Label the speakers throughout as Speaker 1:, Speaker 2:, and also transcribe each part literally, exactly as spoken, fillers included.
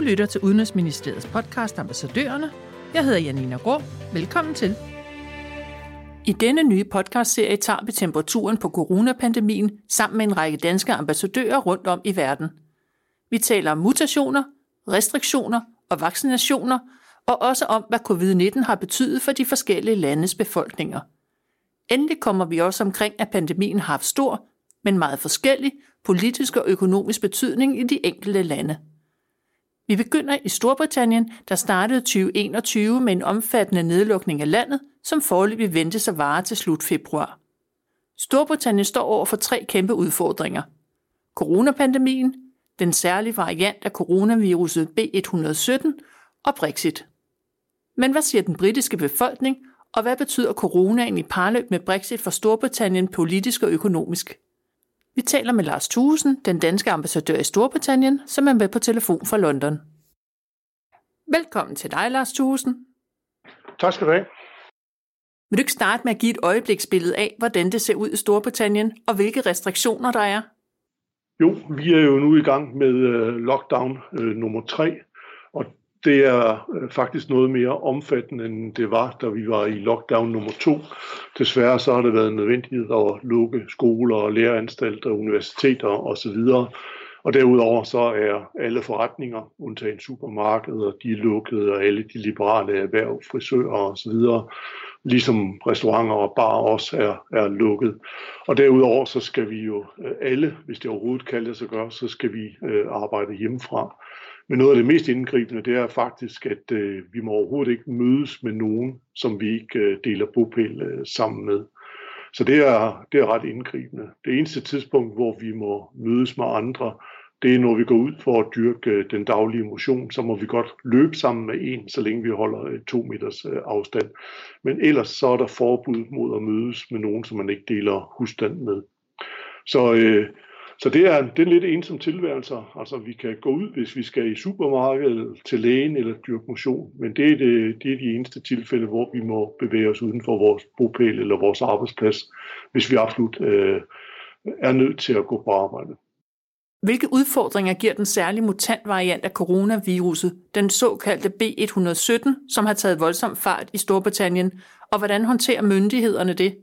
Speaker 1: lytter til Udenrigsministeriets podcast Ambassadørerne. Jeg hedder Janina Grå. Velkommen til. I denne nye podcastserie tager vi temperaturen på coronapandemien sammen med en række danske ambassadører rundt om i verden. Vi taler om mutationer, restriktioner og vaccinationer, og også om, hvad covid nitten har betydet for de forskellige landes befolkninger. Endelig kommer vi også omkring, at pandemien har haft stor, men meget forskellig politisk og økonomisk betydning i de enkelte lande. Vi begynder i Storbritannien, der startede tyve enogtyve med en omfattende nedlukning af landet, som foreløbig ventes at vare til slut februar. Storbritannien står over for tre kæmpe udfordringer. Coronapandemien, den særlige variant af coronaviruset B et hundrede sytten og Brexit. Men hvad siger den britiske befolkning, og hvad betyder coronaen i parløb med Brexit for Storbritannien politisk og økonomisk? Vi taler med Lars Thuesen, den danske ambassadør i Storbritannien, som er med på telefon fra London. Velkommen til dig, Lars Thuesen.
Speaker 2: Tak skal du have.
Speaker 1: Vil du ikke starte med at give et øjebliksbillede af, hvordan det ser ud i Storbritannien, og hvilke restriktioner der er?
Speaker 2: Jo, vi er jo nu i gang med lockdown øh, nummer tre, og det er øh, faktisk noget mere omfattende, end det var, da vi var i lockdown nummer to. Desværre så har det været nødvendigt at lukke skoler og læreanstalter, universiteter osv. Og derudover så er alle forretninger, undtagen supermarkeder, de er lukkede, og alle de liberale erhverv, frisører osv., ligesom restauranter og barer også er, er lukket. Og derudover så skal vi jo alle, hvis det overhovedet kan lade sig gøre, så skal vi øh, arbejde hjemmefra. Men noget af det mest indgribende, det er faktisk, at øh, vi må overhovedet ikke mødes med nogen, som vi ikke øh, deler bopæl øh, sammen med. Så det er, det er ret indgribende. Det eneste tidspunkt, hvor vi må mødes med andre, det er, når vi går ud for at dyrke øh, den daglige motion, så må vi godt løbe sammen med en, så længe vi holder øh, to meters øh, afstand. Men ellers så er der forbud mod at mødes med nogen, som man ikke deler husstand med. Så... Øh, Så det er, det er en lidt ensom tilværelse. Altså vi kan gå ud, hvis vi skal i supermarkedet, til lægen eller dyrke motion. Men det er, det, det er de eneste tilfælde, hvor vi må bevæge os uden for vores bopæl eller vores arbejdsplads, hvis vi absolut øh, er nødt til at gå på arbejde.
Speaker 1: Hvilke udfordringer giver den særlige mutantvariant af coronaviruset, den såkaldte B et hundrede sytten, som har taget voldsom fart i Storbritannien, og hvordan håndterer myndighederne det?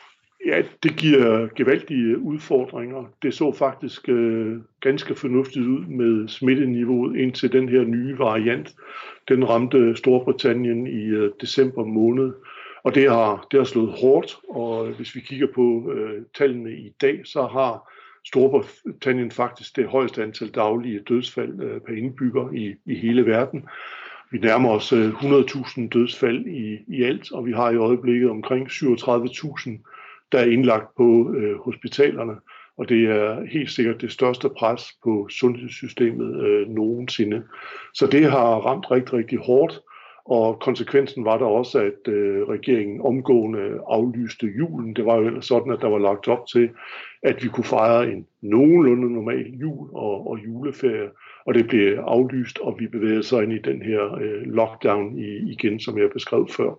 Speaker 2: Ja, det giver gevaldige udfordringer. Det så faktisk øh, ganske fornuftigt ud med smitteniveauet indtil den her nye variant. Den ramte Storbritannien i øh, december måned, og det har, det har slået hårdt. Og hvis vi kigger på øh, tallene i dag, så har Storbritannien faktisk det højeste antal daglige dødsfald øh, per indbygger i, i hele verden. Vi nærmer os øh, hundrede tusind dødsfald i, i alt, og vi har i øjeblikket omkring syvogtredive tusind der er indlagt på øh, hospitalerne, og det er helt sikkert det største pres på sundhedssystemet øh, nogensinde. Så det har ramt rigtig, rigtig hårdt, og konsekvensen var der også, at øh, regeringen omgående aflyste julen. Det var jo ellers sådan, at der var lagt op til, at vi kunne fejre en nogenlunde normal jul og, og juleferie, og det blev aflyst, og vi bevægede sig ind i den her øh, lockdown i, igen, som jeg beskrev før.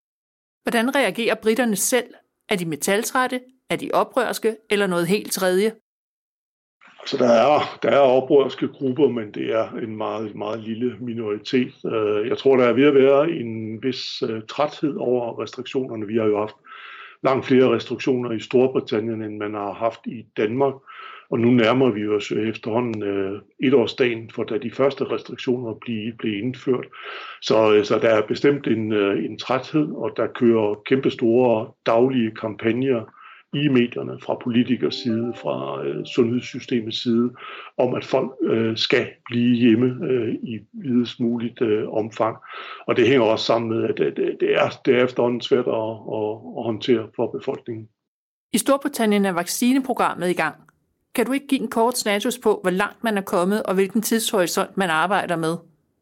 Speaker 1: Hvordan reagerer briterne selv? Er de metaltrætte? Er de oprørske? Eller noget helt tredje?
Speaker 2: Så der er, der er oprørske grupper, men det er en meget, meget lille minoritet. Jeg tror, der er ved at være en vis træthed over restriktionerne. Vi har jo haft langt flere restriktioner i Storbritannien, end man har haft i Danmark. Og nu nærmer vi os efterhånden øh, etårsdagen, for da de første restriktioner blev, blev indført. Så, så der er bestemt en, øh, en træthed, og der kører kæmpestore daglige kampagner i medierne fra politikers side, fra øh, sundhedssystemets side, om at folk øh, skal blive hjemme øh, i videst muligt øh, omfang. Og det hænger også sammen med, at det, det, er, det er efterhånden svært at, at, at håndtere for befolkningen.
Speaker 1: I Storbritannien er vaccineprogrammet i gang. Kan du ikke give en kort status på, hvor langt man er kommet, og hvilken tidshorisont man arbejder med?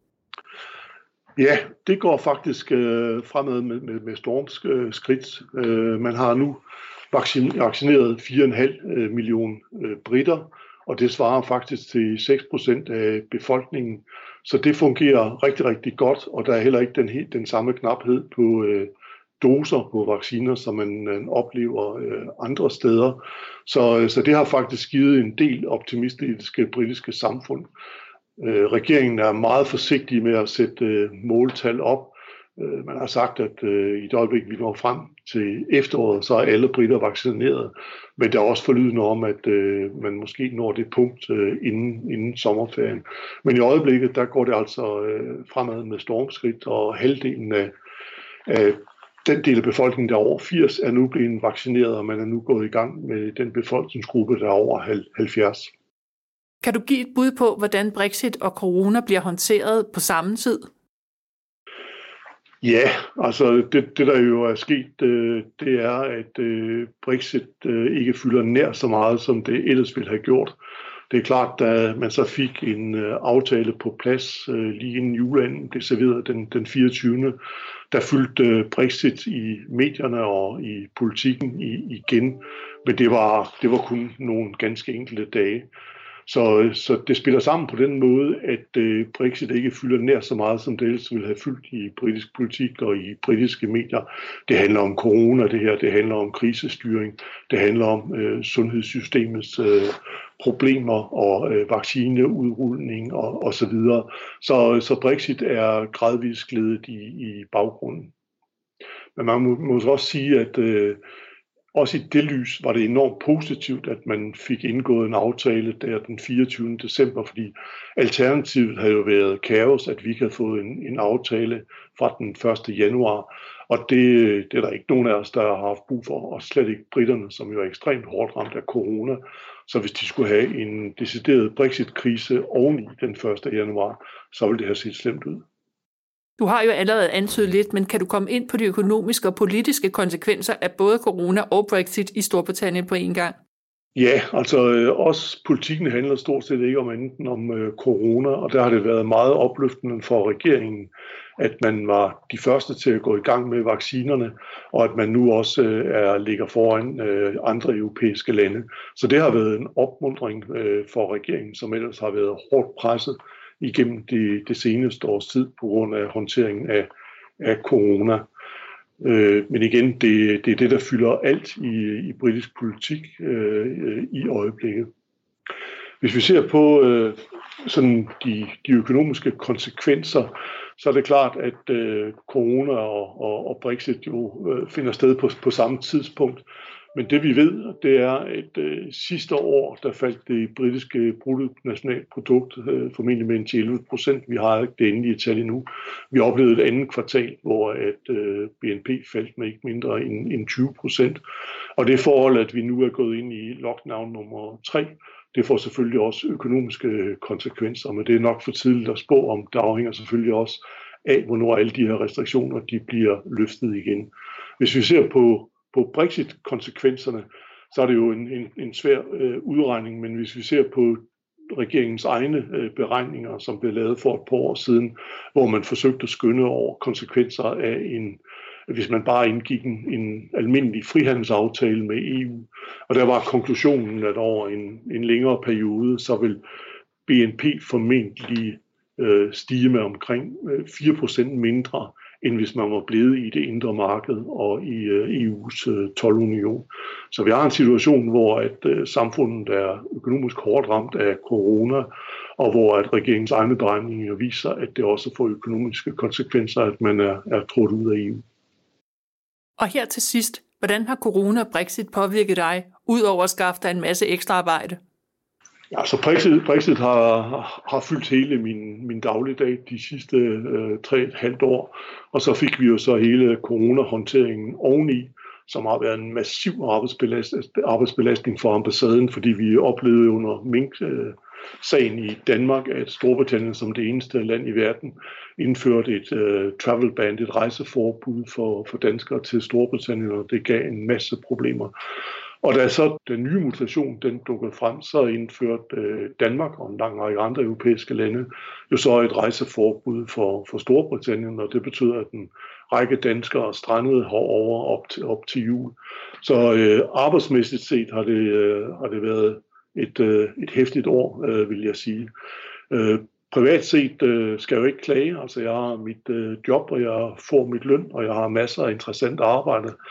Speaker 2: Ja, det går faktisk øh, fremad med, med, med stormskridt. Øh, man har nu vaccineret fire komma fem millioner øh, britter, og det svarer faktisk til seks procent af befolkningen. Så det fungerer rigtig, rigtig godt, og der er heller ikke den, den samme knaphed på øh, doser på vacciner, som man, man oplever øh, andre steder. Så, så det har faktisk givet en del optimistiske britiske samfund. Øh, regeringen er meget forsigtig med at sætte øh, måltal op. Øh, man har sagt, at øh, i det øjeblik, vi når frem til efteråret, så er alle briter vaccineret. Men der er også forlydende om, at øh, man måske når det punkt øh, inden, inden sommerferien. Men i øjeblikket, der går det altså øh, fremad med stormskridt, og halvdelen af, af den del af befolkningen, der er over firs, er nu blevet vaccineret, og man er nu gået i gang med den befolkningsgruppe, der er over halvfjerds.
Speaker 1: Kan du give et bud på, hvordan Brexit og corona bliver håndteret på samme tid?
Speaker 2: Ja, altså det, det der jo er sket, det er, at Brexit ikke fylder nær så meget, som det ellers ville have gjort. Det er klart, da man så fik en aftale på plads lige inden juleanden, det serverede den, den fireogtyvende der fyldte Brexit i medierne og i politikken igen, men det var, det var kun nogle ganske enkelte dage. Så, så det spiller sammen på den måde, at øh, Brexit ikke fylder nær så meget, som det ellers ville have fyldt i britisk politik og i britiske medier. Det handler om corona, det her, det handler om krisestyring, det handler om øh, sundhedssystemets øh, problemer og øh, vaccineudrulning og, og så videre. Så, så Brexit er gradvist glædet i, i baggrunden. Men man må, må også sige, at øh, også i det lys var det enormt positivt, at man fik indgået en aftale der den fireogtyvende december, fordi alternativet havde jo været kaos, at vi ikke havde fået en, en aftale fra den første januar. Og det, det er der ikke nogen af os, der har haft brug for, og slet ikke britterne, som jo er ekstremt hårdt ramt af corona. Så hvis de skulle have en decideret Brexit-krise oveni den første januar, så ville det have set slemt ud.
Speaker 1: Du har jo allerede antydet lidt, men kan du komme ind på de økonomiske og politiske konsekvenser af både corona og Brexit i Storbritannien på en gang?
Speaker 2: Ja, altså øh, også politikken handler stort set ikke om enten om øh, corona, og der har det været meget opløftende for regeringen, at man var de første til at gå i gang med vaccinerne, og at man nu også øh, er ligger foran øh, andre europæiske lande. Så det har været en opmuntring øh, for regeringen, som ellers har været hårdt presset igennem det, det seneste års tid på grund af håndteringen af, af corona. Øh, men igen, det, det er det, der fylder alt i, i britisk politik øh, i øjeblikket. Hvis vi ser på øh, sådan de, de økonomiske konsekvenser, så er det klart, at øh, corona og, og, og Brexit jo øh, finder sted på, på samme tidspunkt. Men det vi ved, det er, at øh, sidste år, der faldt det britiske bruttonationalprodukt øh, formentlig med en til elleve procent. Vi har ikke det endelige tal endnu. Vi oplevede et andet kvartal, hvor at, øh, B N P faldt med ikke mindre end, end tyve procent. Og det forhold, at vi nu er gået ind i lockdown nummer tre, det får selvfølgelig også økonomiske konsekvenser, men det er nok for tidligt at spå om. Der afhænger selvfølgelig også af, hvornår alle de her restriktioner de bliver løftet igen. Hvis vi ser på På Brexit-konsekvenserne, så er det jo en, en, en svær øh, udregning, men hvis vi ser på regeringens egne øh, beregninger, som blev lavet for et par år siden, hvor man forsøgte at skønne over konsekvenser af en, hvis man bare indgik en, en almindelig frihandelsaftale med E U. Og der var konklusionen, at over en, en længere periode, så vil B N P formentlig øh, stige med omkring øh, fire procent mindre, end hvis man var blevet i det indre marked og i E U's toldunion. Så vi har en situation, hvor at samfundet er økonomisk hårdt ramt af corona, og hvor at regeringens egne beregninger viser, at det også får økonomiske konsekvenser, at man er, er trådt ud af E U.
Speaker 1: Og her til sidst, hvordan har corona og Brexit påvirket dig, udover at skaffe dig en masse ekstra arbejde?
Speaker 2: Ja, så Brexit, Brexit har, har fyldt hele min, min dagligdag de sidste øh, tre et halvt år, og så fik vi jo så hele corona-håndteringen oveni, som har været en massiv arbejdsbelastning, arbejdsbelastning for ambassaden, fordi vi oplevede under mink-sagen i Danmark, at Storbritannien som det eneste land i verden indførte et uh, travel ban, et rejseforbud for, for danskere til Storbritannien, og det gav en masse problemer. Og da så den nye mutation den dukkede frem, så indførte øh, Danmark og en lang række andre europæiske lande jo så et rejseforbud for, for Storbritannien, og det betyder, at en række danskere strandede herover op til, op til jul. Så øh, arbejdsmæssigt set har det, øh, har det været et, øh, et hæftigt år, øh, vil jeg sige. Øh, privat set øh, skal jeg jo ikke klage. Altså, jeg har mit øh, job, og jeg får mit løn, og jeg har masser af interessant arbejde.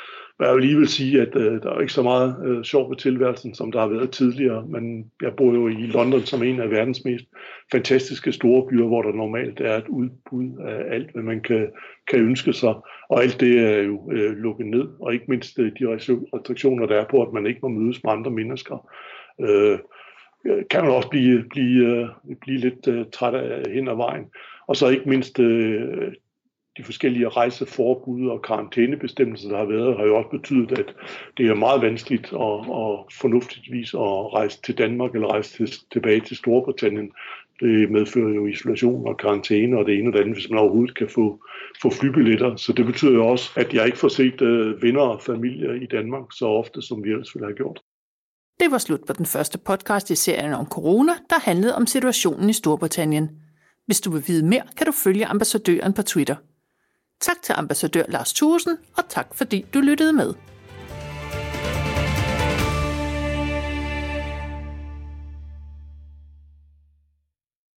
Speaker 2: Jeg vil lige vil sige, at øh, der er ikke så meget øh, sjov ved tilværelsen, som der har været tidligere, men jeg bor jo i London som en af verdens mest fantastiske store byer, hvor der normalt er et udbud af alt, hvad man kan, kan ønske sig, og alt det er jo øh, lukket ned, og ikke mindst øh, de restriktioner, der er på, at man ikke må mødes med andre mennesker. Øh, kan man også blive, blive, blive lidt uh, træt af hen ad vejen. Og så ikke mindst uh, de forskellige rejseforbud og karantænebestemmelser, der har været, har jo også betydet, at det er meget vanskeligt og, og fornuftigvis at rejse til Danmark eller rejse til, tilbage til Storbritannien. Det medfører jo isolation og karantæne og det ene og det andet, hvis man overhovedet kan få, få flybilletter. Så det betyder jo også, at jeg ikke får set uh, venner og familie i Danmark så ofte, som vi ellers ville have gjort.
Speaker 1: Det var slut på den første podcast i serien om corona, der handlede om situationen i Storbritannien. Hvis du vil vide mere, kan du følge ambassadøren på Twitter. Tak til ambassadør Lars Thuesen, og tak fordi du lyttede med.